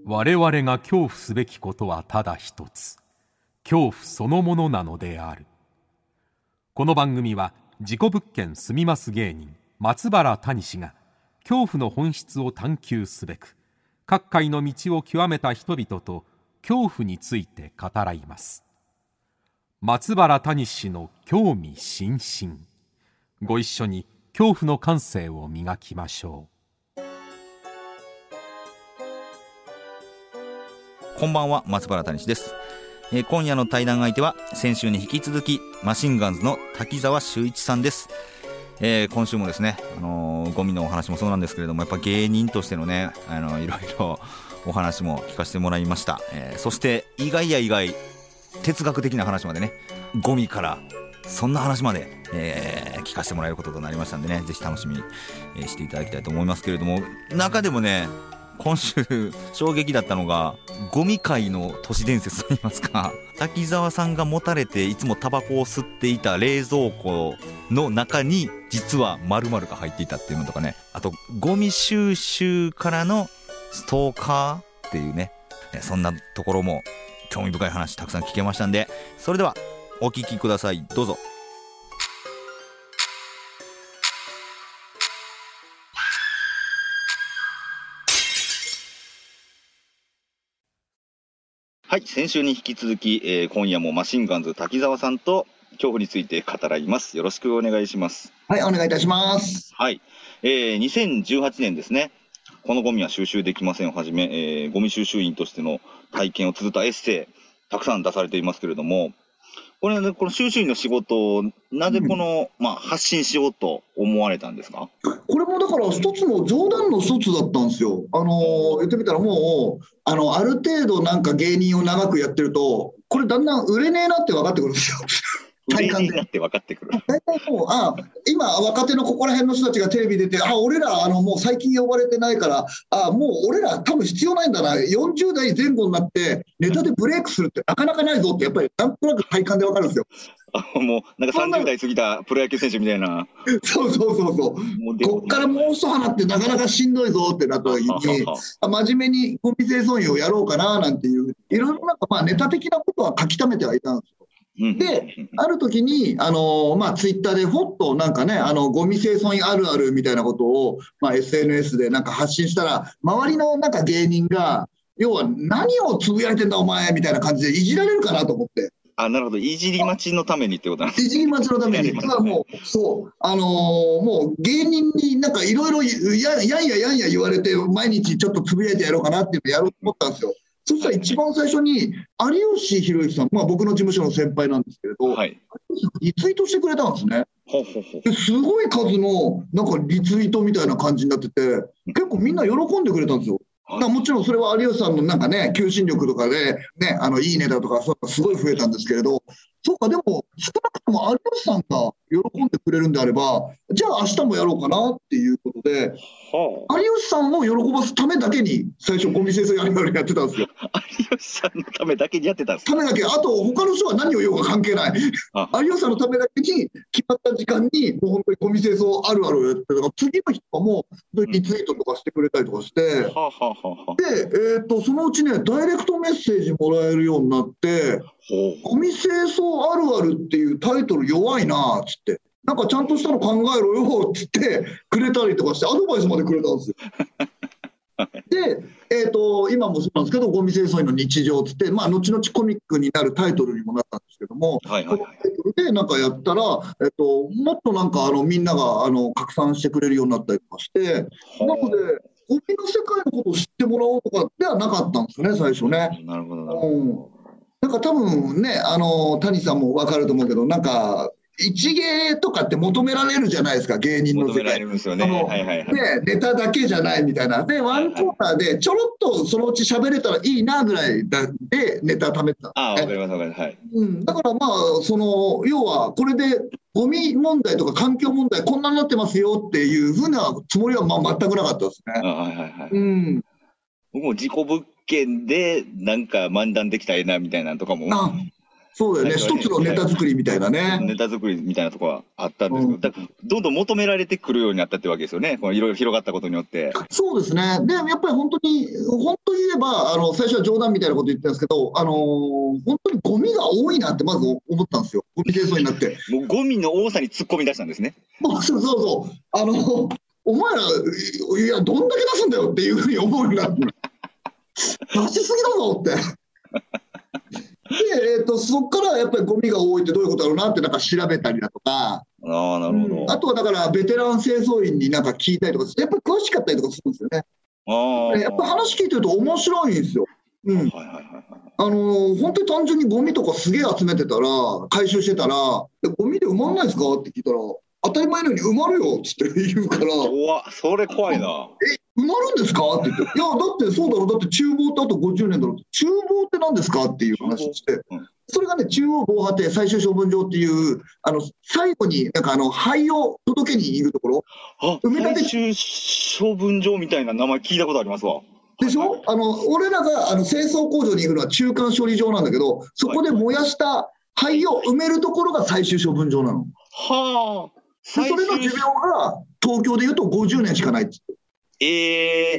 我々が恐怖すべきことはただ一つ、恐怖そのものなのである。この番組は事故物件住みます芸人松原谷氏が恐怖の本質を探求すべく各界の道を極めた人々と恐怖について語らいます。松原谷氏の興味津々、ご一緒に恐怖の感性を磨きましょう。 こんばんは、松原谷氏です。今夜の対談相手は先週に引き続きマシンガンズの滝沢秀一さんです。今週もですね、ゴミのお話もそうなんですけれども、やっぱ芸人としてのね、いろいろお話も聞かせてもらいました。そして意外や意外、哲学的な話までね、ゴミからそんな話まで、聞かせてもらえることとなりましたんでね、ぜひ楽しみに、していただきたいと思いますけれども、中でもね、今週衝撃だったのがゴミ界の都市伝説といいますか、滝沢さんが持たれていつもタバコを吸っていた冷蔵庫の中に実は〇〇が入っていたっていうのとかね、あとゴミ収集からのストーカーっていうね、そんなところも興味深い話たくさん聞けましたんで、それではお聞きください。どうぞ。はい、先週に引き続き、今夜もマシンガンズ滝沢さんと恐怖について語らいます。よろしくお願いします。 はい、お願いいたします。 はい、2018年ですね、このゴミは収集できませんをはじめ、ゴミ収集員としての体験を綴ったエッセイたくさん出されていますけれども、これね、この収集員の仕事をなぜこの、発信しようと思われたんですか？ これもだから一つの冗談の一つだったんですよ。言ってみたらもうある程度なんか芸人を長くやってると、これだんだん売れねえなって分かってくるんですよ。 売れねえなって分かってくる。 大体もう今若手のここら辺の人たちがテレビ出て、俺らもう最近呼ばれてないから、もう俺ら多分必要ないんだな、40代前後になってネタでブレイクするってなかなかないぞってやっぱりなんとなく体感で分かるんですよ。 もうなんか30代過ぎたプロ野球選手みたいな。 そうこっからもう一花ってなかなかしんどいぞってなった時に真面目にゴミ清掃員をやろうかななんていう、いろいろなんかネタ的なことは書き溜めてはいたんですよ。で、ある時にツイッターでほっとなんかね、ゴミ清掃員あるあるみたいなことを、SNS でなんか発信したら、周りのなんか芸人が要は何をつぶやいてんだお前みたいな感じでいじられるかなと思って。 なるほど、いじり待ちのためにってことなんですね。 いじり待ちのために、もう芸人になんかいろいろやんや言われて、毎日ちょっとつぶやいてやろうかなっていうのをやろうと思ったんですよ。そしたら一番最初に有吉弘行さん、僕の事務所の先輩なんですけれど、有吉さんがリツイートしてくれたんですね。すごい数のなんかリツイートみたいな感じになってて、結構みんな喜んでくれたんですよ。もちろんそれは有吉さんのなんかね、求心力とかで、ね、いいねだとか、そうすごい増えたんですけれど、そうか、でも少なくとも有吉さんが喜んでくれるんであれば、じゃあ明日もやろうかなっていうことで、有吉さんを喜ばすためだけに最初ゴミ清掃やってたんですよ。 有吉さんのためだけにやってたんですか？ ためだけ、あと他の人は何を言おうか関係ない。有吉さんのためだけに決まった時間にもう本当にゴミ清掃あるあるをやって、だから次の日とかもリツイートとかしてくれたりとかして、で、そのうちね、ダイレクトメッセージもらえるようになって、ゴミ清掃あるあるっていうタイトル弱いなっつって、なんかちゃんとしたの考えろよっつってくれたりとかして、アドバイスまでくれたんですよ。で、今もそうなんですけど、ゴミ清掃員の日常っつって、後々コミックになるタイトルにもなったんですけども、このタイトルでなんかやったら、もっとなんかみんなが拡散してくれるようになったりとかして、なのでゴミの世界のことを知ってもらおうとかではなかったんですよね、最初ね。 なるほど。 なんか多分ね、谷さんも分かると思うけど、なんか一芸とかって求められるじゃないですか、芸人の世界。求められるんですよね。ネタだけじゃないみたいな。で、ワンコーナーでちょろっとそのうち喋れたらいいなぐらいでネタ貯めてた。 わかります、わかります。はい。 だから要はこれでゴミ問題とか環境問題こんなになってますよっていうふうなつもりは全くなかったですね。僕も事故物件でなんか漫談できたらいいなみたいなとかも。 そうだよね、一つのネタ作りみたいなね。 ネタ作りみたいなところはあったんですけど、だからどんどん求められてくるようになったってわけですよね、いろいろ広がったことによって。 そうですね。で、やっぱり本当に、本当言えば、最初は冗談みたいなこと言ってたんですけど、本当にゴミが多いなってまず思ったんですよ。ゴミ清掃になって。 もうゴミの多さに突っ込み出したんですね。 そうそう。お前ら、いや、どんだけ出すんだよっていうふうに思うようになって。出しすぎだぞって。で、そこからやっぱりゴミが多いってどういうことだろうなってなんか調べたりだとか、 なるほど。 あとはだからベテラン清掃員になんか聞いたりとか、やっぱり詳しかったりとかするんですよね。やっぱ話聞いてると面白いんですよ。本当に単純にゴミとかすげえ集めてたら、回収してたら、ゴミで埋まんないですかって聞いたら、当たり前のように埋まるよっつって言うから、 それ怖いな。 埋まるんですかって言って、いや、だってそうだろう、だって厨房ってあと50年だろう、厨房って何ですかっていう話して、それがね、中央防波堤最終処分場っていう、最後になんか灰を届けにいるところ、 最終処分場みたいな名前聞いたことありますわ。 でしょ。俺らが清掃工場に行くのは中間処理場なんだけど、そこで燃やした灰を埋めるところが最終処分場なの。 はあ。 それの寿命が東京でいうと50年しかないっつって。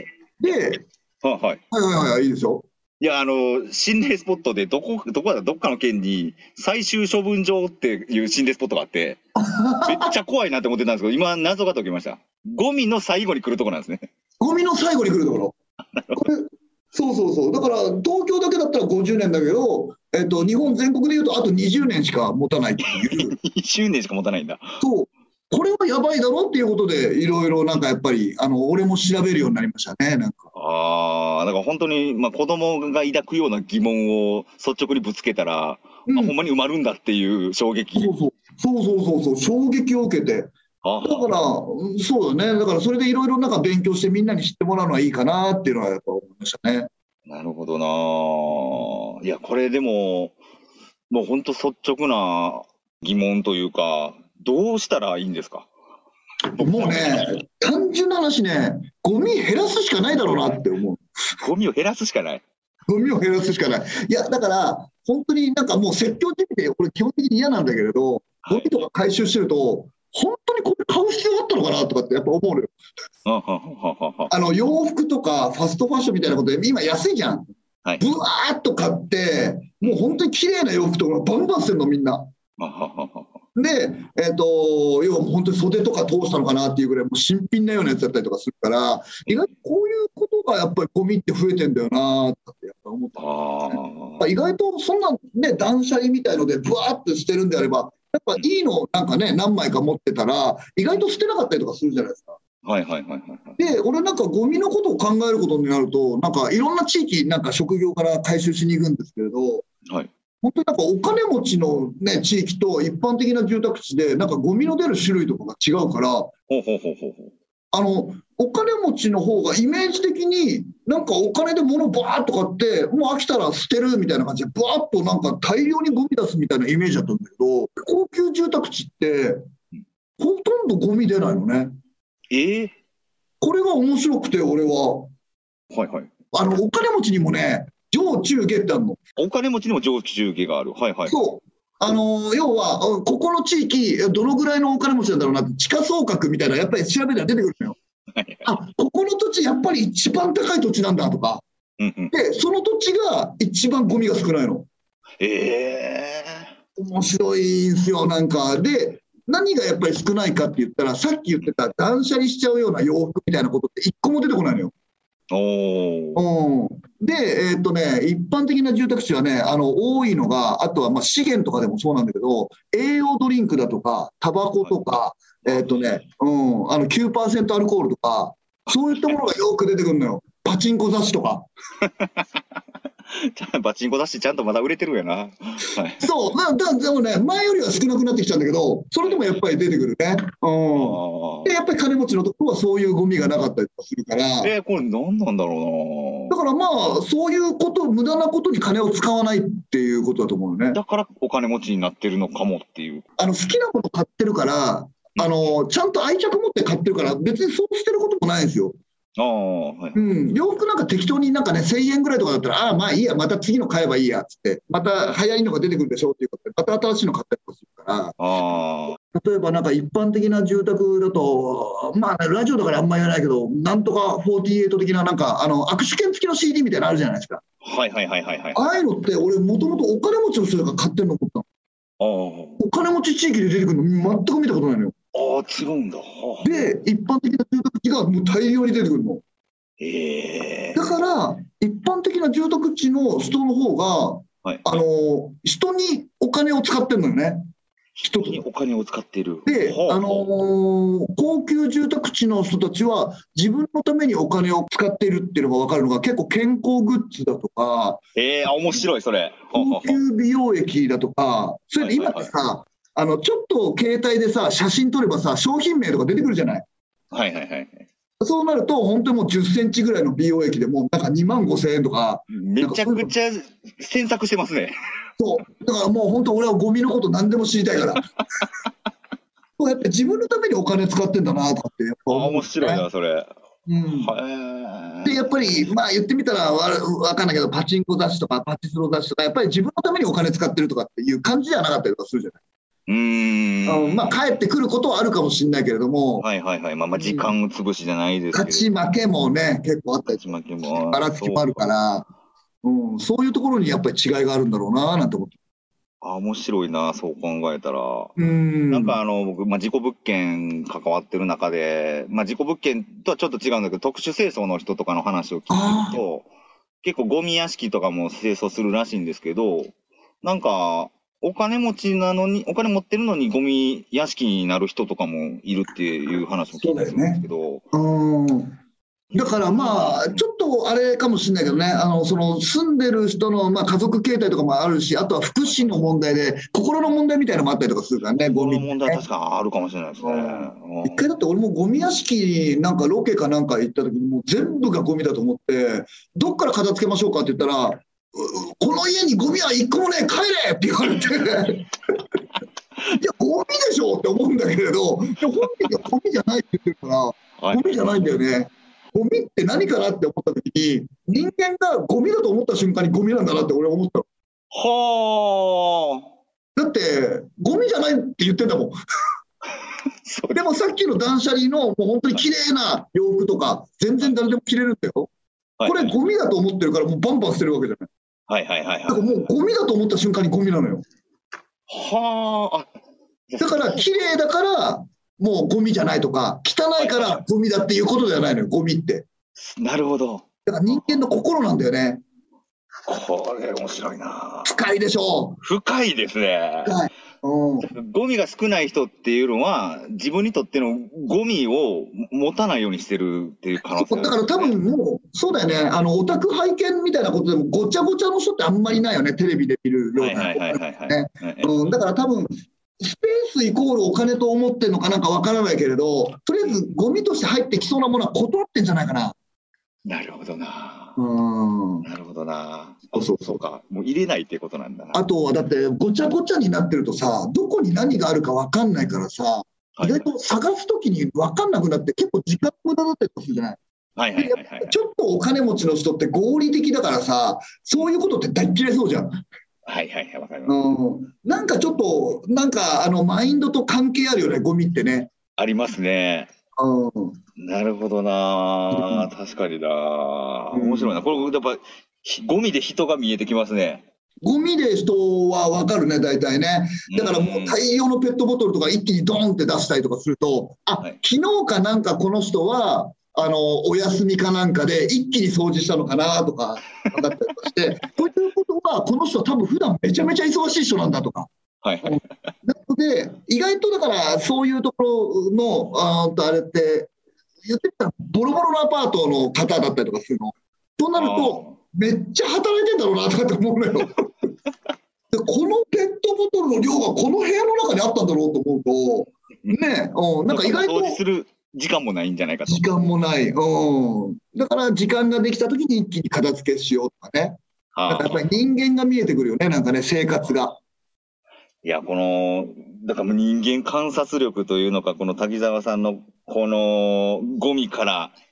で、いいですよ。 いや、心霊スポットでどっかの県に最終処分場っていう心霊スポットがあって、めっちゃ怖いなって思ってたんですけど、今謎が解けました。ゴミの最後に来るところなんですね。 ゴミの最後に来るところ。そう。だから東京だけだったら50年だけど、日本全国でいうとあと20年しか持たないっていう。 20年しか持たないんだ。 そう。これはやばいだろっていうことで、いろいろなんかやっぱり、俺も調べるようになりましたね、なんか。 だから本当に、子供が抱くような疑問を率直にぶつけたら、ほんまに埋まるんだっていう衝撃。 そう、衝撃を受けて。だから、そうだね。だからそれでいろいろなんか勉強してみんなに知ってもらうのはいいかなっていうのはやっぱ思いましたね。 なるほどな。いや、これでもう本当率直な疑問というか、どうしたらいいんですか？ もうね、単純な話ね、ゴミ減らすしかないだろうなって思う。 ゴミを減らすしかない。 ゴミを減らすしかない。いや、だから、本当になんかもう説教的で、これ基本的に嫌なんだけれど、ゴミとか回収してると、本当にこれ買う必要あったのかなとかってやっぱ思うのよ。洋服とかファストファッションみたいなことで、今安いじゃん。ぶわーっと買って、もう本当に綺麗な洋服とかバンバンしてるの、みんな。で、要は本当に袖とか通したのかなっていうぐらいもう新品なようなやつだったりとかするから、意外とこういうことがやっぱりゴミって増えてんだよなってやっぱ思ったんですね。意外とそんなね、断捨離みたいのでブワーって捨てるんであれば、やっぱいいのなんかね、何枚か持ってたら意外と捨てなかったりとかするじゃないですか。で、俺なんかゴミのことを考えることになると、なんかいろんな地域なんか職業から回収しに行くんですけれど、本当になんかお金持ちの、ね、地域と一般的な住宅地でなんかゴミの出る種類とかが違うから、お金持ちの方がイメージ的になんかお金で物バーッと買ってもう飽きたら捨てるみたいな感じでバーッとなんか大量にゴミ出すみたいなイメージだったんだけど、高級住宅地ってほとんどゴミ出ないのね。これが面白くて俺は。お金持ちにもね、上中下ってあるの。 お金持ちにも上中下がある。 そう。要はここの地域どのぐらいのお金持ちなんだろうなって地価総額みたいなやっぱり調べたら出てくるのよ。ここの土地やっぱり一番高い土地なんだとか。でその土地が一番ゴミが少ないの。面白いんですよなんか。で何がやっぱり少ないかって言ったら、さっき言ってた断捨離しちゃうような洋服みたいなことって一個も出てこないのよ。で、一般的な住宅地はね、多いのが、あとは資源とかでもそうなんだけど、栄養ドリンクだとか、タバコとか、9% アルコールとか、そういったものがよく出てくるのよ。パチンコ雑誌とか。 パチンコ雑誌ちゃんとまだ売れてるやな。 そう、でもね、前よりは少なくなってきたんだけど、それでもやっぱり出てくるね。で、やっぱり金持ちのところはそういうゴミがなかったりとかするから。 これ何なんだろうな。だからそういうこと、無駄なことに金を使わないっていうことだと思うね。 だからお金持ちになってるのかもっていう。 好きなもの買ってるから、ちゃんと愛着持って買ってるから、別にそうしてることもないんですよ。 はい。 洋服なんか適当になんかね、1000円ぐらいとかだったら、まあいいや、また次の買えばいいやっつって、また早いのが出てくるでしょっていうことで、また新しいの買ったりとかするから、例えばなんか一般的な住宅だと、まあ、ね、ラジオだからあんま言わないけど、なんとか48的ななんか、握手券付きの CD みたいなのあるじゃないですか。 はいはいはいはい。 ああいうのって、俺、もともとお金持ちの人が買ってるの思ったの。お金持ち地域で出てくるの全く見たことないのよ。 違うんだ。 で、一般的な住宅地がもう大量に出てくるの。だから、一般的な住宅地の人の方が、人にお金を使ってるのよね。 人にお金を使っている。 で、高級住宅地の人たちは自分のためにお金を使っているっていうのが分かるのが、結構健康グッズだとか、 面白いそれ。 高級美容液だとか、それで今ってさ、ちょっと携帯でさ、写真撮ればさ、商品名とか出てくるじゃない。 はいはいはい。 そうなると、本当にもう10センチぐらいの美容液でもうなんか2万5千円とか。 めちゃくちゃ詮索してますね。 そう。だからもう本当俺はゴミのこと何でも知りたいから。そうやって自分のためにお金使ってんだなとかってやっぱ思う、ね。 面白いな、それ。 で、やっぱり、まあ言ってみたらわかんないけど、パチンコ雑誌とかパチスロ雑誌とか、やっぱり自分のためにお金使ってるとかっていう感じじゃなかったりとかするじゃない。まあ帰ってくることはあるかもしれないけれども、 はいはいはい、まあ時間潰しじゃないですけど、 勝ち負けもね結構あったり、 勝ち負けもばらつきもあるから、そういうところにやっぱり違いがあるんだろうななんて思って。 面白いな、そう考えたら。なんか僕、事故物件関わってる中で、事故物件とはちょっと違うんだけど、特殊清掃の人とかの話を聞くと、結構ゴミ屋敷とかも清掃するらしいんですけど、なんか、お金持ちなのに、お金持ってるのにゴミ屋敷になる人とかもいるっていう話も聞いたりするんですけど。 だからまあ、ちょっとあれかもしれないけどね、その住んでる人の家族形態とかもあるし、あとは福祉の問題で、心の問題みたいなのもあったりとかするからね、ゴミ。 心の問題は確かにあるかもしれないですね。 一回だって俺もゴミ屋敷なんかロケかなんか行った時にもう全部がゴミだと思って、どっから片付けましょうかって言ったら、この家にゴミは一個もねえ、帰れって言われて、いや、ゴミでしょって思うんだけれど、本人がゴミじゃないって言ってるから、ゴミじゃないんだよね。ゴミって何かなって思った時に、人間がゴミだと思った瞬間にゴミなんだなって俺は思ったの。だって、ゴミじゃないって言ってんだもん。でもさっきの断捨離のもう本当に綺麗な洋服とか、全然誰でも着れるんだよ。これゴミだと思ってるからもうバンバン捨てるわけじゃない。だからもうゴミだと思った瞬間にゴミなのよ。だから綺麗だからもうゴミじゃないとか、汚いからゴミだっていうことではないのよ、ゴミって。 なるほど。 だから人間の心なんだよね。 これ面白いな。 深いでしょ。 深いですね。 深い。 ゴミが少ない人っていうのは自分にとってのゴミを持たないようにしてるっていう可能性、 だから多分もうそうだよね、オタク拝見みたいなことでもごちゃごちゃの人ってあんまりないよね、テレビで見るような。だから多分スペースイコールお金と思ってるのかなんかわからないけれど、とりあえずゴミとして入ってきそうなものは断ってんじゃないかな。 なるほどな。なるほどな。 そうか。もう入れないっていうことなんだな。 あとはだってごちゃごちゃになってるとさ、どこに何があるか分かんないからさ、意外と探すときに分かんなくなって結構時間無駄だったりするじゃない。ちょっとお金持ちの人って合理的だからさ、そういうことって大っ嫌いそうじゃん。 わかります。 なんかちょっとなんかマインドと関係あるよね、ゴミってね。 ありますね。なるほどな。確かにな。面白いな。これやっぱゴミで人が見えてきますね。 ゴミで人は分かるね、大体ね。だからもう大量のペットボトルとか一気にドーンって出したりとかすると、昨日かなんかこの人はお休みかなんかで一気に掃除したのかなとか分かったりとかして、ということはこの人は多分普段めちゃめちゃ忙しい人なんだとか。なので意外とだからそういうところのあれって言ってたらボロボロのアパートの方だったりとかするの。そうなるとめっちゃ働いてんだろうなとかって思うのよ。でこのペットボトルの量がこの部屋の中にあったんだろうと思うとね、なんか意外と掃除する時間もないんじゃないかと。 時間もない。だから時間ができた時に一気に片付けしようとかね。だからやっぱり人間が見えてくるよね、なんかね、生活が。 いや、だから人間観察力というのか、この滝沢さんのこのゴミから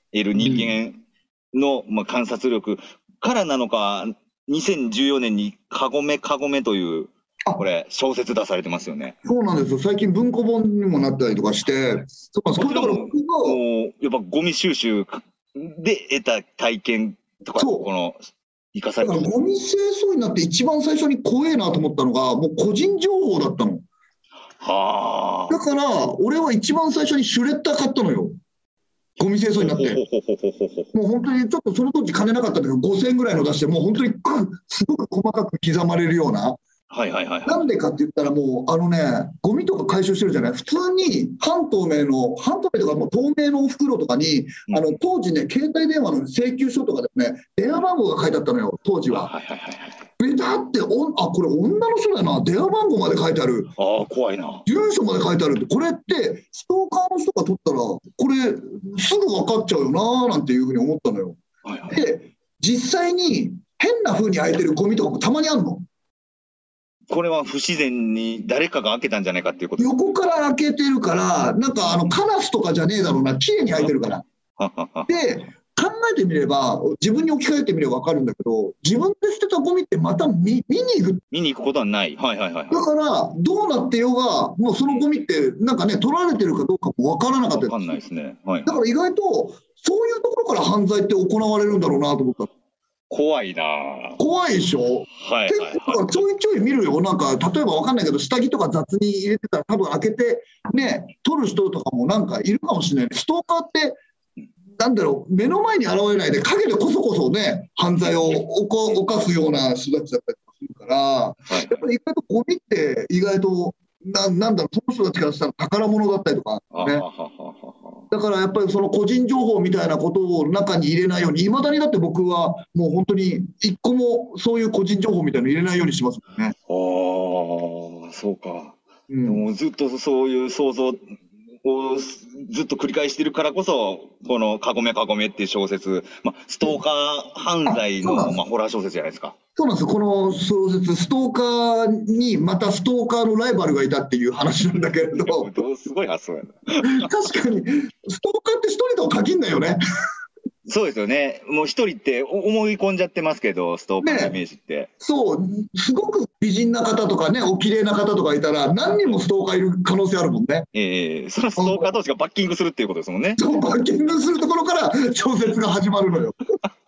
得る人間の、観察力からなのか、2014年にカゴメという、これ、小説出されてますよね。 そうなんですよ。最近文庫本にもなったりとかして、そうこれだから僕がやっぱゴミ収集で得た体験とか、この生かされてる。 ゴミ清掃になって一番最初に怖えなと思ったのが、もう個人情報だったの。 はあ。 だから俺は一番最初にシュレッダー買ったのよ。ゴミ清掃になって。もう本当にちょっとその当時金なかったんだけど、5000円ぐらいの出して、もう本当にすごく細かく刻まれるような。なんでかって言ったら、もうゴミとか回収してるじゃない。普通に半透明とかもう透明の袋とかに、当時ね、携帯電話の請求書とかでもね、電話番号が書いてあったのよ、当時は。ベタってこれ女の人だな、電話番号まで書いてある。 怖いな。 住所まで書いてあるって、これってストーカーの人が取ったらこれすぐ分かっちゃうよななんていうふうに思ったのよ。で、実際に変な風に開いてるゴミとかもたまにあるの。 これは不自然に誰かが開けたんじゃないかっていうこと。 横から開けてるから、なんかカラスとかじゃねえだろうな、綺麗に開いてるから。で、考えてみれば、自分に置き換えてみれば分かるんだけど、自分で捨てたゴミってまた見に行くことはない。だからどうなってようが、もうそのゴミってなんかね、取られてるかどうかも分からなかったり。 分かんないですね。 だから意外とそういうところから犯罪って行われるんだろうなと思った。 怖いな。 怖いでしょ。結構ちょいちょい見るよ。なんか例えば分かんないけど、下着とか雑に入れてたら多分開けてね、取る人とかもなんかいるかもしれない。ストーカーってなんだろう、目の前に現れないで陰でこそこそね、犯罪を犯すような人たちだったりするから、やっぱり意外とゴミって意外となんだろう、その人たちからしたら宝物だったりとかね。だからやっぱりその個人情報みたいなことを中に入れないように、いまだにだって僕はもう本当に一個もそういう個人情報みたいなの入れないようにしますもんね。 そうか。もうずっとそういう想像をずっと繰り返しているからこそ、このカゴメっていう小説、ストーカー犯罪のホラー小説じゃないですか。 そうなんですよ。この小説、ストーカーにまたストーカーのライバルがいたっていう話なんだけれど、 すごい発想やな。 確かにストーカーって一人とは限んないよね。 そうですよね。もう一人って思い込んじゃってますけど、ストーカーのイメージって。 そうすごく美人な方とかね、お綺麗な方とかいたら何人もストーカーいる可能性あるもんね。 そのストーカー同士がバッキングするっていうことですもんね。 そう、バッキングするところから小説が始まるのよ。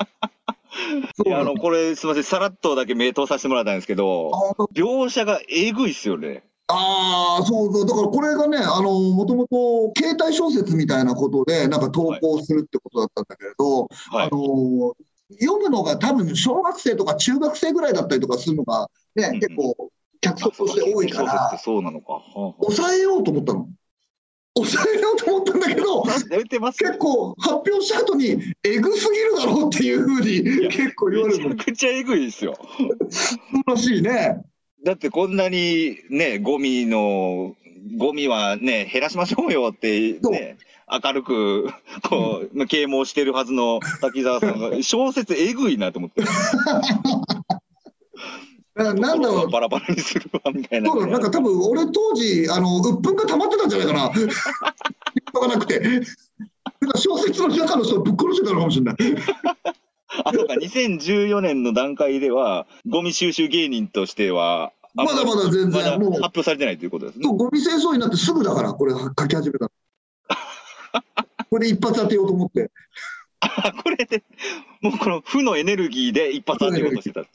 これすみません、さらっとだけ名答させてもらったんですけど、描写がえぐいっすよね。 そうだからこれがね、もともと携帯小説みたいなことでなんか投稿するってことだったんだけれど、読むのが多分小学生とか中学生ぐらいだったりとかするのがね、結構客層として多いから、抑えようと思ったの。抑えようと思ったんだけど、結構発表した後にえぐすぎるだろうっていうふうに結構言われる。 めちゃくちゃえぐいですよ。 そうらしいね。 だってこんなにね、ゴミはね、減らしましょうよってね、明るくこう啓蒙してるはずの滝沢さんが小説えぐいなと思って。 なんだろう、 バラバラにするわみたいな。 そうだ、なんか多分俺当時鬱憤が溜まってたんじゃないかな。人がなくて、小説の中の人をぶっ殺してたのかもしれない。 そうか、2014年の段階ではゴミ収集芸人としてはまだまだ全然もう発表されてないということですね。 そう、ゴミ清掃になってすぐだからこれ書き始めた。これで一発当てようと思って。 これでもうこの負のエネルギーで一発当てようとしてた。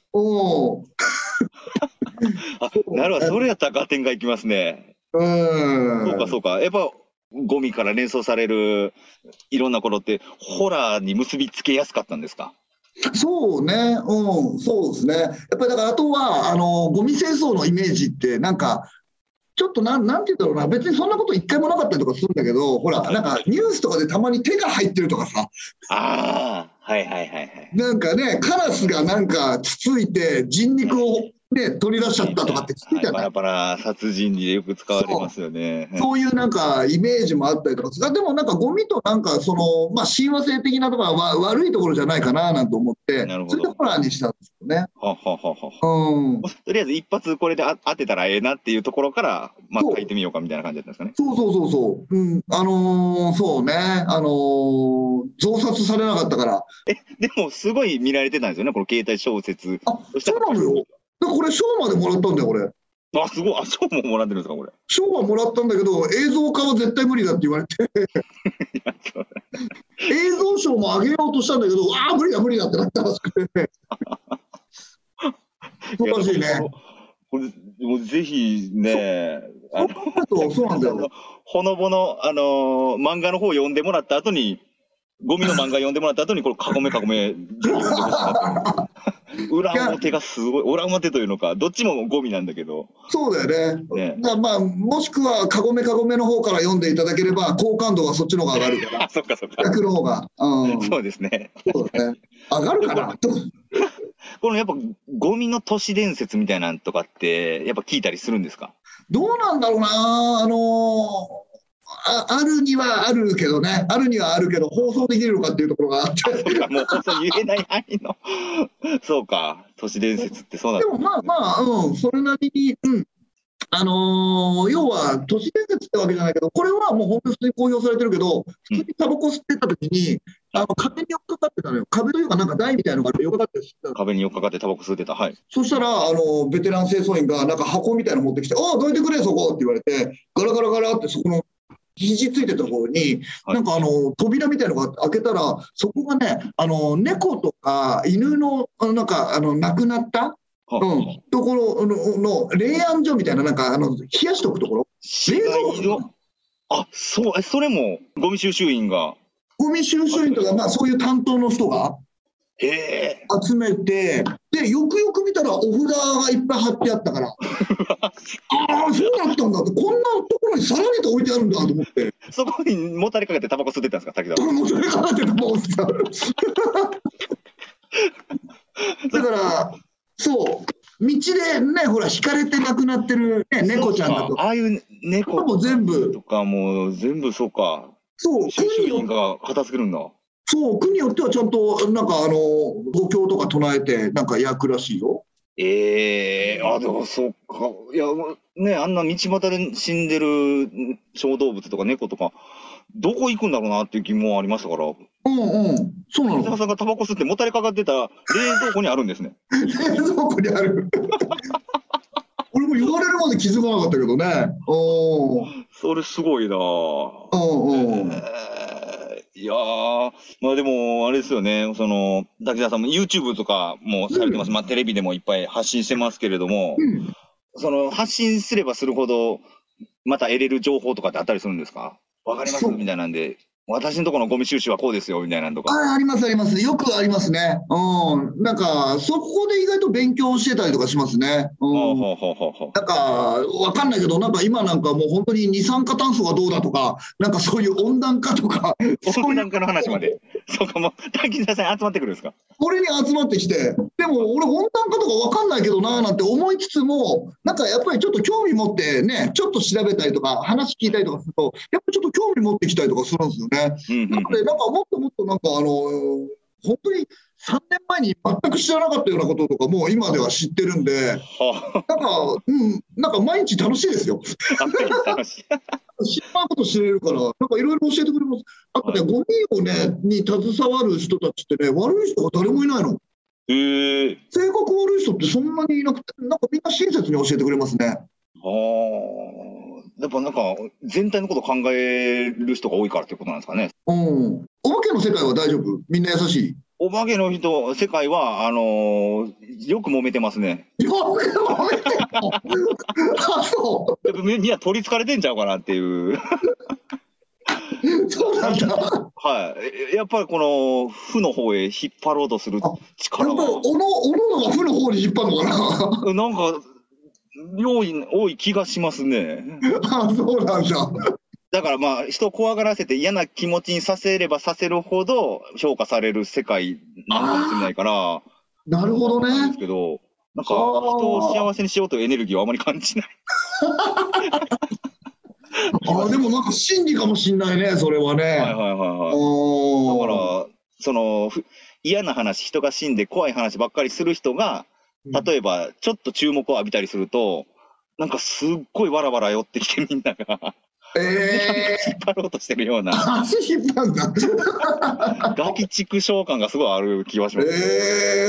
なるほど、それやったら合点がいきますね。そうか。やっぱゴミから連想されるいろんなことってホラーに結びつけやすかったんですか？ そうね、そうですね。やっぱりだからあとはゴミ清掃のイメージってなんかちょっとなんて言うんだろうな、別にそんなこと一回もなかったりとかするんだけど、ほらなんかニュースとかでたまに手が入ってるとかさ、なんかね、カラスがなんかつついて人肉をね、取り出しちゃったとかって聞いたパラパラ殺人によく使われますよね。 そういうなんかイメージもあったりとか、でもなんかゴミとなんかその、まあ、親和性的なところは悪いところじゃないかななんて思って、そういうホラーにしたんですよね。 とりあえず一発これで当てたらええなっていうところから、まあ、書いてみようかみたいな感じだったんですかね。 そう。そうね。増刷されなかったから。 でもすごい見られてたんですよね、この携帯小説。 そうなのよ。だからこれ賞までもらったんだよ、これ。 すごい。賞ももらってるんですか、これ。 賞はもらったんだけど、映像化は絶対無理だって言われて。映像賞も上げようとしたんだけど、無理だってなったらしくて。難しいね。 これもうぜひね、 そうなんだよ。 ほのぼの、漫画の方読んでもらった後に、ゴミの漫画読んでもらった後に、これ、かごめ、読んでほしいなと。裏表がすごい、裏表というのか、どっちもゴミなんだけど。 そうだよね。まあ、もしくは、かごめの方から読んでいただければ、好感度はそっちの方が上がるから。 そっか。 逆の方が。 そうですね。 そうだね。上がるかなこのやっぱゴミの都市伝説みたいなんとかってやっぱ聞いたりするんですか？ どうなんだろうな。あるにはあるけどね。放送できるのかっていうところがあって。 もう放送言えない範囲の。そうか、都市伝説ってそうなんでもまあ、それなりに、要は都市伝説ってわけじゃないけど、これはもう本当に普通に公表されてるけど、普通にタバコ吸ってた時に、壁に寄っかかってたのよ。壁というかなんか台みたいなのが寄っかかって壁に寄っかかってタバコ吸ってた。はい。 そしたら、ベテラン清掃員がなんか箱みたいなの持ってきて、どいてくれ、そこって言われて、ガラガラガラってそこの肘ついてたところに、なんか扉みたいなのが開けたら、そこがね、猫とか犬の、なんか、亡くなったところの冷暗所みたいな、なんか冷やしとくところ。 冷蔵庫。それもゴミ収集員が。 ゴミ収集員とか、まあそういう担当の人が集めて、で、よくよく見たらお札がいっぱい貼ってあったから、そうだったんだって、こんなところにさらりと置いてあるんだと思って。 そこにもたれかけてタバコ吸ってたんですか、滝沢さん。 もたれかけてタバコ吸ってた。だから、そう。道でね、ほら、引かれて亡くなってる、ね、猫ちゃんだとか。 ああいう猫も全部とかも全部そうか。 そう、 収集員が片付けるんだ。 そう、区によってはちゃんと、なんかお経とか唱えて、なんか焼くらしいよ。 でもそうか。いや、ね、あんな道端で死んでる小動物とか猫とか、どこ行くんだろうなっていう疑問はありましたから。 そうなの。 滝沢さんがタバコ吸ってもたれかかってた冷蔵庫にあるんですね。 冷蔵庫にある。俺も言われるまで気づかなかったけどね。 それすごいな。いやまあでも、あれですよね、滝沢さんも YouTube とかもされてます。まあテレビでもいっぱい発信してますけれども、発信すればするほど、また得れる情報とかってあったりするんですか？わかりますみたいなんで。私のところのゴミ収集はこうですよみたいなのとか。 あります。よくありますね。なんか、そこで意外と勉強してたりとかしますね。なんか、わかんないけど、なんか今なんかもう本当に二酸化炭素がどうだとか、なんかそういう温暖化とか。 温暖化の話まで。そうか、もう、滝沢さんに集まってくるんですか？ 俺に集まってきて、でも俺温暖化とかわかんないけどなーなんて思いつつも、なんかやっぱりちょっと興味持ってね、ちょっと調べたりとか、話聞いたりとかすると、やっぱちょっと興味持ってきたりとかするんですよね。なので、なんかもっともっとなんか本当に3年前に全く知らなかったようなこととかも今では知ってるんで、なんか毎日楽しいですよ。知らないこと知れるから、なんかいろいろ教えてくれます。あとね、ゴミをね、に携わる人たちってね、悪い人が誰もいないの。性格悪い人ってそんなにいなくて、なんかみんな親切に教えてくれますね。 やっぱなんか全体のことを考える人が多いからっていうことなんですかね。 お化けの世界は大丈夫？みんな優しい？ お化けの世界はよく揉めてますね。 よく揉めてるの？そう。 みんな取り憑かれてんちゃうかなっていう。 そうなんだ。 はい。やっぱりこの負の方へ引っ張ろうとする力が。 やっぱりおのが負の方に引っ張るのかな。 なんか多い気がしますね。 そうなんだ。 だからまあ人を怖がらせて嫌な気持ちにさせればさせるほど評価される世界なのかもしれないから。 なるほどね。 ですけど、 なんか人を幸せにしようというエネルギーはあまり感じない。 でもなんか真理かもしんないね、それはね。 はいはいはいはい。だからその嫌な話、人が死んで怖い話ばっかりする人が、例えばちょっと注目を浴びたりすると、なんかすっごいわらわら寄ってきてみんなが引っ張ろうとしてるような、 足引っ張んだガキ畜生感がすごいある気がします。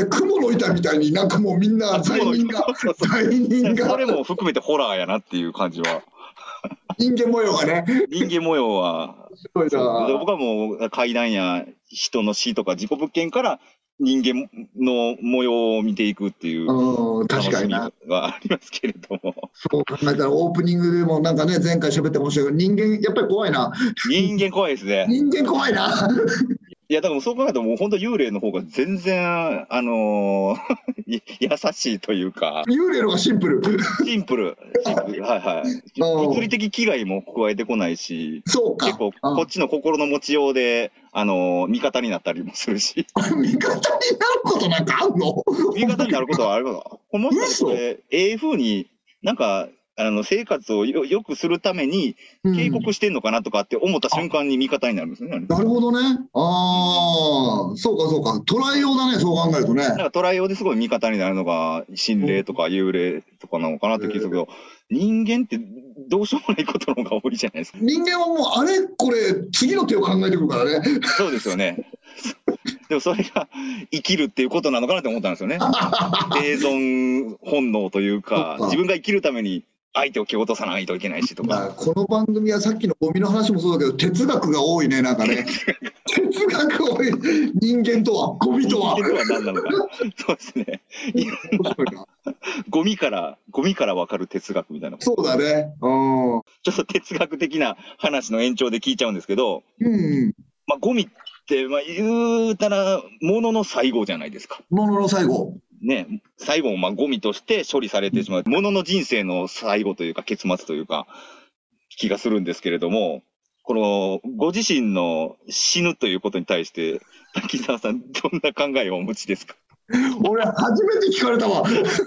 雲の板みたいになんかもうみんな罪人がそれも含めてホラーやなっていう感じは。 人間模様がね。 人間模様は僕はもう怪談や人の死とか事故物件から人間の模様を見ていくっていう楽しみがありますけれども、 そう考えたらオープニングでもなんかね、前回喋ってましたけど、人間やっぱり怖いな。 人間怖いですね。 人間怖いな。 いやだからそう考えたらもう本当幽霊の方が全然優しいというか、 幽霊の方がシンプルはいはい、物理的危害も加えてこないし、 そうか、 結構こっちの心の持ちようで味方になったりもするし。 味方になることなんかあんの？ 味方になることはあるの？もしかしてこれ風になんか生活をよくするために警告してんのかなとかって思った瞬間に味方になるんですね。 なるほどね。そうかそうか。捉えようだね、そう考えるとね。 なんか捉えようですごい味方になるのが心霊とか幽霊とかなのかなって気がするけど、人間ってどうしようもないことの方が多いじゃないですか。 人間はもうあれこれ次の手を考えてくるからね。 そうですよね。でもそれが生きるっていうことなのかなって思ったんですよね。生存本能というか、自分が生きるために相手を蹴落とさないといけないしとか。 この番組はさっきのゴミの話もそうだけど、哲学が多いね、なんかね。哲学多い。人間とは、ゴミとは。 人間とは何なのか。そうですね。ゴミから分かる哲学みたいな。 そうだね。 ちょっと哲学的な話の延長で聞いちゃうんですけど、まあゴミって言うたら物の最後じゃないですか。 物の最後。 ね、最後もゴミとして処理されてしまう、物の人生の最後というか結末というか気がするんですけれども、このご自身の死ぬということに対して滝沢さんどんな考えをお持ちですか？ 俺初めて聞かれたわ。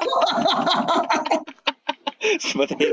すみません、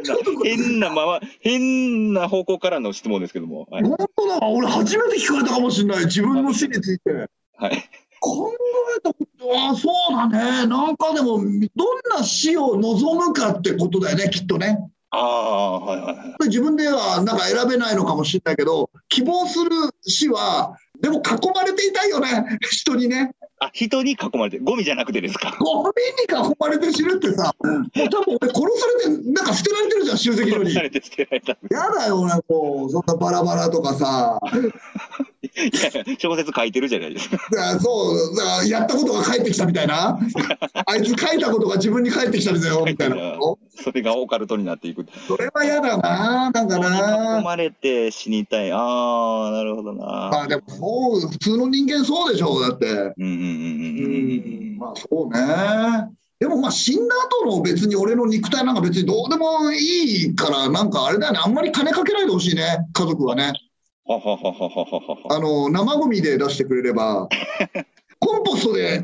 変な方向からの質問ですけども、 はい、本当だ、俺初めて聞かれたかもしれない、自分の死について。 はい、 考えたことはそうだね。なんかでもどんな死を望むかってことだよね、きっとね。 はいはいはい。 自分ではなんか選べないのかもしれないけど、希望する死はでも囲まれていたいよね、人にね。 人に囲まれて、ゴミじゃなくてですか？ ゴミに囲まれて死ぬってさ、もう多分俺殺されてなんか捨てられてるじゃん、集積所に。 殺されて捨てられた。 やだよな、もうそんなバラバラとかさ。 いや小説書いてるじゃないですか。 そうだからやったことが返ってきたみたいな。あいつ書いたことが自分に返ってきたんだよみたいな。 それがオカルトになっていく。 それは嫌だな、なんかな。 囲まれて死にたい。なるほどな。 でもそう普通の人間そうでしょう、だって。まあそうね。でもまあ死んだ後の別に俺の肉体なんか別にどうでもいいから、なんかあれだよね、あんまり金かけないでほしいね、家族はね。生ゴミで出してくれればコンポストで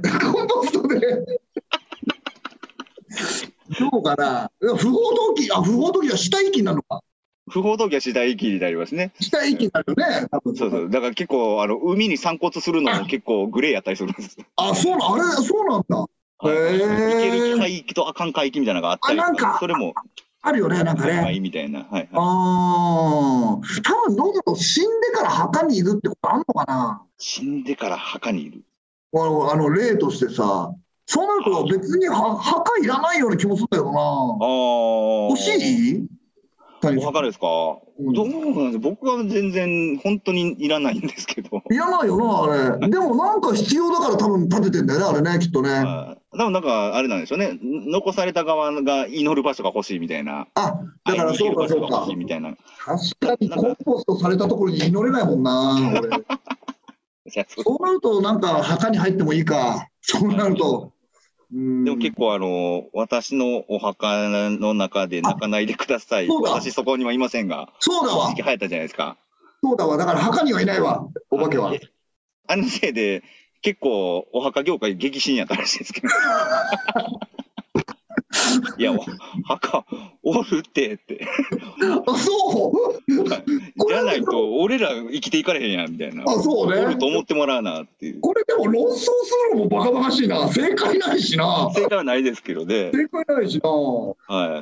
どうかな。不法投棄は死体遺棄になるのか。 不法投棄は死体遺棄になりますね。 死体遺棄になるよね、多分。 そうだから結構海に散骨するのも結構グレーやったりするんです。 そうなんだ。 いける海域とあかん海域みたいなのがあったりとか、それもあるよね、なんかね。 みたいな。 多分どうだろう、死んでから墓にいるってことあんのかな。 死んでから墓にいる。 例としてさ、そうなると別に墓いらないような気もするんだよな。欲しい？ お墓ですか？どうなんです？僕は全然本当にいらないんですけど。 いらないよな、あれ。でもなんか必要だから多分建ててんだよね、あれね、きっとね。 多分なんかあれなんでしょうね。残された側が祈る場所が欲しいみたいな。 だからそうかそうか。 みたいな。 確かにコンポストされたところに祈れないもんな、俺。そうなるとなんか墓に入ってもいいか。そうなると。 でも結構私のお墓の中で泣かないでください。私そこにはいませんが。 そうだわ。 時期流行ったじゃないですか。 そうだわ。だから墓にはいないわ、お化けは。 せいで結構お墓業界激震やったらしいですけど。 いや、墓、おるってって。 あ、そうじゃないと、俺ら生きていかれへんやんみたいな。 あ、そうね。 おると思ってもらうなっていう。 これでも論争するのもバカバカしいな。正解ないしな。 正解はないですけどね。 正解ないしな。 はい。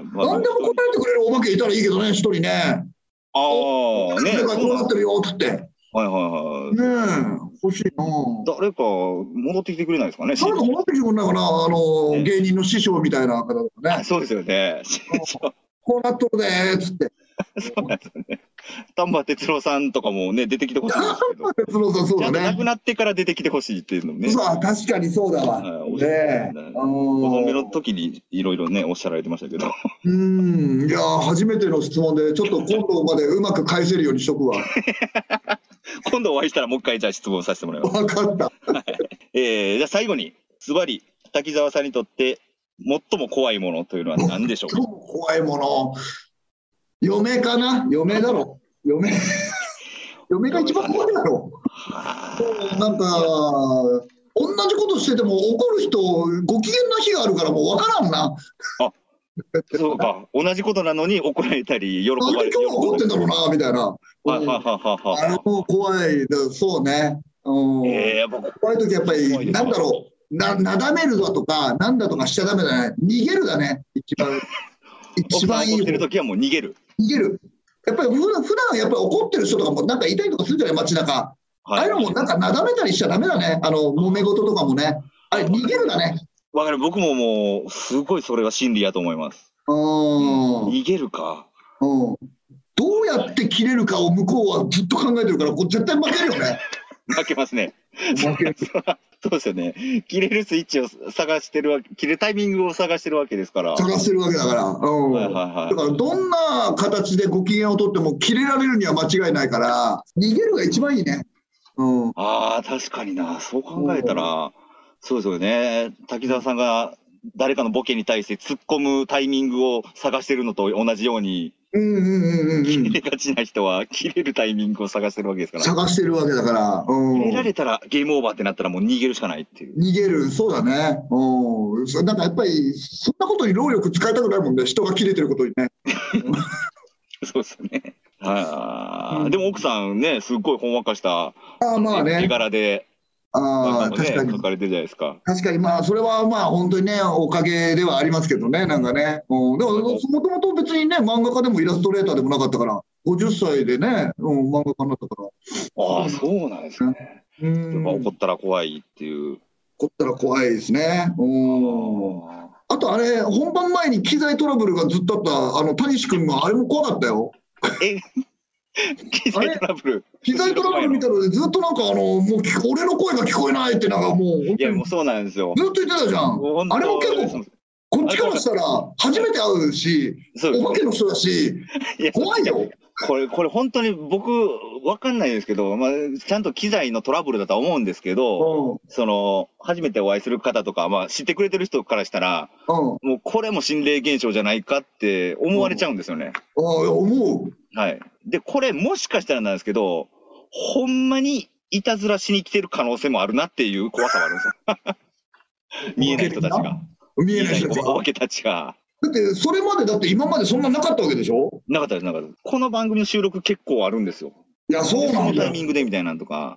まあ、 何でも答えてくれるお化けいたらいいけどね、一人ね。 ああ、ね。 こうなってるよ、つって。 はいはいはい。 ねえ、欲しいな。 誰か戻ってきてくれないですかね。 誰か戻ってきてくれないかな、芸人の師匠みたいな方とかね。 そうですよね。 こうなっとるでーっつって。 そうなんですよね。丹波哲郎さんとかもね、出てきてほしいんですけど。 哲郎さん、そうだね。 亡くなってから出てきてほしいっていうのもね。 そう、確かにそうだわ。ねえ。ご存命の時にいろいろね、おっしゃられてましたけど。 いや、初めての質問で、ちょっと今度までうまく返せるようにしとくわ。 今度お会いしたらもう一回じゃあ質問させてもらいます。 分かった。 じゃあ最後に、ズバリ滝沢さんにとって最も怖いものというのは何でしょうか。 最も怖いもの。嫁かな。嫁だろ。嫁が一番怖いだろ。なんか同じことしてても怒る人ご機嫌な日があるからもう分からんな。 あ、そうか。同じことなのに怒られたり喜ばれたり。 今日は怒ってんだろうなみたいな。あれも怖い。そうね。怖い時やっぱりなんだろう。なだめるだとかなんだとかしちゃダメだね。逃げるだね。一番いい。 怒ってる時はもう逃げる。 やっぱり普段やっぱり怒ってる人とかもなんかいたりとかするじゃない、街中。ああいうのもなんかなだめたりしちゃダメだね。揉め事とかもね。あれ逃げるだね。 わかる。僕ももうすごいそれが真理やと思います。逃げるか。 どうやって切れるかを向こうはずっと考えてるから絶対負けるよね。 負けますね。 負ける。 そうですよね。切れるスイッチを探してる切れるタイミングを探してるわけですから。 探してるわけだから。だからどんな形でご機嫌を取っても切れられるには間違いないから逃げるが一番いいね。 ああ、確かにな。そう考えたら、そうですよね。滝沢さんが誰かのボケに対して突っ込むタイミングを探してるのと同じように、切れがちな人は切れるタイミングを探してるわけですから。 探してるわけだから。 切れられたらゲームオーバーってなったらもう逃げるしかないっていう。 逃げる、そうだね。なんかやっぱりそんなことに労力使いたくないもんね。人が切れてることにね。 そうですね。でも奥さんね、すっごいほんわかした絵柄で。 確かに書かれてるじゃないですか。 確かに、まあそれはまあ本当にねおかげではありますけどね、なんかね。でももともと別にね漫画家でもイラストレーターでもなかったから50歳でね、漫画家になったから。 ああ、そうなんですね。怒ったら怖いっていう。 怒ったら怖いですね。あとあれ本番前に機材トラブルがずっとあった谷志君もあれも怖かったよ。 機材トラブル見たのでずっとなんかもう俺の声が聞こえないってなんかもういやもうそうなんですよ。 ずっと言ってたじゃん。あれも結構こっちからしたら初めて会うしお化けの人だし怖いよ。 これ本当に僕分かんないですけど、ちゃんと機材のトラブルだとは思うんですけど、初めてお会いする方とか、知ってくれてる人からしたら、もうこれも心霊現象じゃないかって思われちゃうんですよね。 思う。 はい。でこれもしかしたらなんですけど、ほんまにいたずらしに来てる可能性もあるなっていう怖さはあるんですよ。見えない人たちが。 見えない人たちが。 お化けたちが。 だってそれまでだって今までそんななかったわけでしょ。 なかったです。この番組の収録結構あるんですよ。 いやそうなんだ。 そのタイミングでみたいなのとか。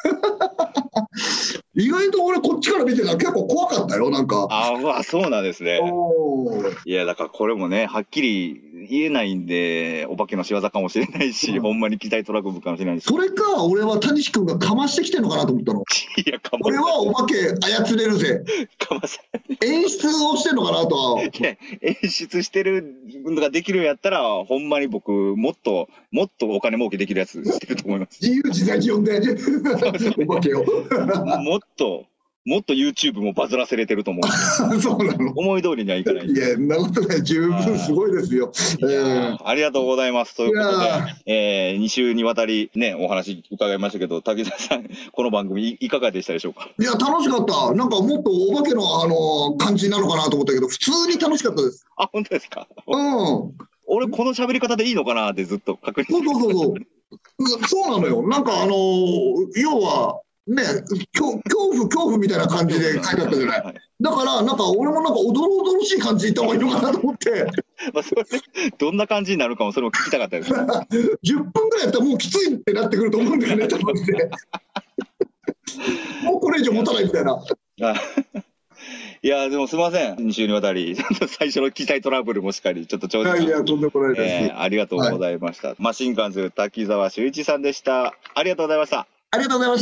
意外と俺こっちから見てたら結構怖かったよなんか。 そうなんですね。いやだからこれもねはっきり言えないんでお化けの仕業かもしれないし、ほんまに機材トラブルかもしれないし。それか俺は谷志君がかましてきてるのかなと思ったの。 いやかま俺はお化け操れるぜ。 かませ演出をしてんのかなとは。 いや演出してるのができるんやったらほんまに僕もっとお金儲けできるやつしてると思います。 自由自在に呼んでお化けをもっと YouTube もバズらせれてると思う。そうなの。 思い通りにはいかない。 いや、そんなことない。十分すごいですよ。 ありがとうございます。ということで、2週にわたりね、お話伺いましたけど、滝沢さん、この番組いかがでしたでしょうか。 いや、楽しかった。なんかもっとお化けの感じなのかなと思ったけど、普通に楽しかったです。 本当ですか。俺、この喋り方でいいのかなってずっと確認して。 そうなのよ。なんか要は、 ね、恐怖みたいな感じで書いてあったじゃない。はい、だからなんか俺もなんかおどろおどろしい感じでいった方がいいのかなと思ってまあそれどんな感じになるかもそれも聞きたかったです10 分ぐらいやったらもうきついってなってくると思うんだよね多分ねもうこれ以上持たないみたいないやでもすみません、2週にわたり最初の機材トラブルもしっかりちょっと長時間、 いやとんでもないです、 ありがとうございました、はい、マシンガンズ滝沢秀一さんでした。ありがとうございました。 ありがとうございました。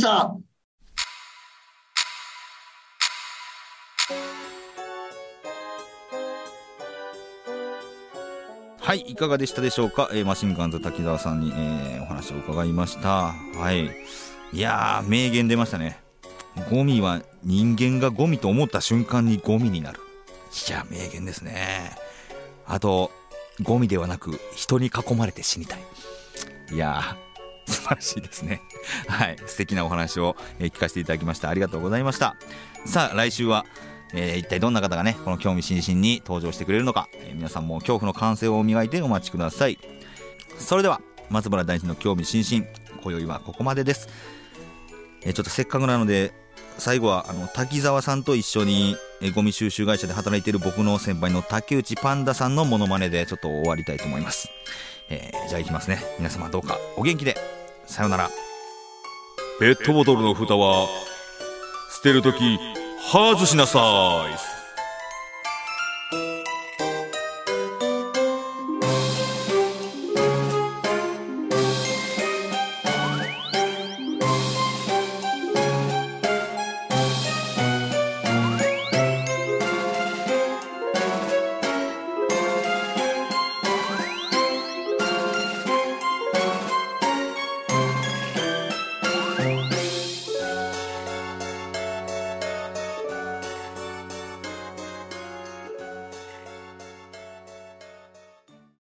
はい、いかがでしたでしょうか。マシンガンズ滝沢さんに、お話を伺いました。はい、いやー名言出ましたね。ゴミは人間がゴミと思った瞬間にゴミになる。いや名言ですね。あとゴミではなく人に囲まれて死にたい。いやー素晴らしいですね。はい、素敵なお話を、聞かせていただきました。ありがとうございました。さあ来週は、一体どんな方がねこの興味津々に登場してくれるのか、皆さんも恐怖の感性を磨いてお待ちください。それでは松原大臣の興味津々、今宵はここまでです。ちょっとせっかくなので最後は滝沢さんと一緒にゴミ収集会社で働いている僕の先輩の竹内パンダさんのモノマネでちょっと終わりたいと思います。じゃあいきますね。皆様どうかお元気で。さよなら。 ペットボトルの蓋は捨てるとき外しなさい。